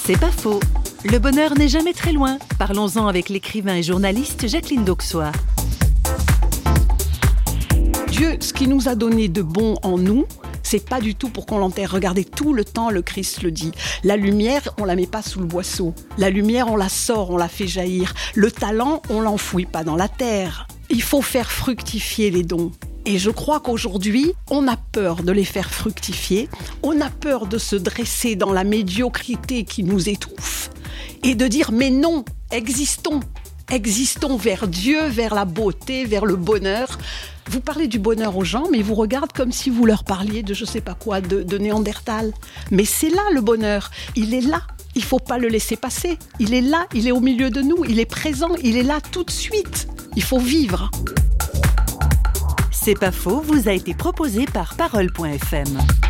C'est pas faux. Le bonheur n'est jamais très loin. Parlons-en avec l'écrivain et journaliste Jacqueline Dauxois. Dieu, ce qui nous a donné de bon en nous, c'est pas du tout pour qu'on l'enterre. Regardez, tout le temps, le Christ le dit. La lumière, on la met pas sous le boisseau. La lumière, on la sort, on la fait jaillir. Le talent, on l'enfouit pas dans la terre. Il faut faire fructifier les dons. Et je crois qu'aujourd'hui, on a peur de les faire fructifier. On a peur de se dresser dans la médiocrité qui nous étouffe. Et de dire, mais non, existons. Existons vers Dieu, vers la beauté, vers le bonheur. Vous parlez du bonheur aux gens, mais ils vous regardent comme si vous leur parliez de je sais pas quoi, de Néandertal. Mais c'est là le bonheur, il est là. Il faut pas le laisser passer. Il est là, il est au milieu de nous, il est présent, il est là tout de suite. Il faut vivre. C'est pas faux, vous a été proposé par Parole.fm.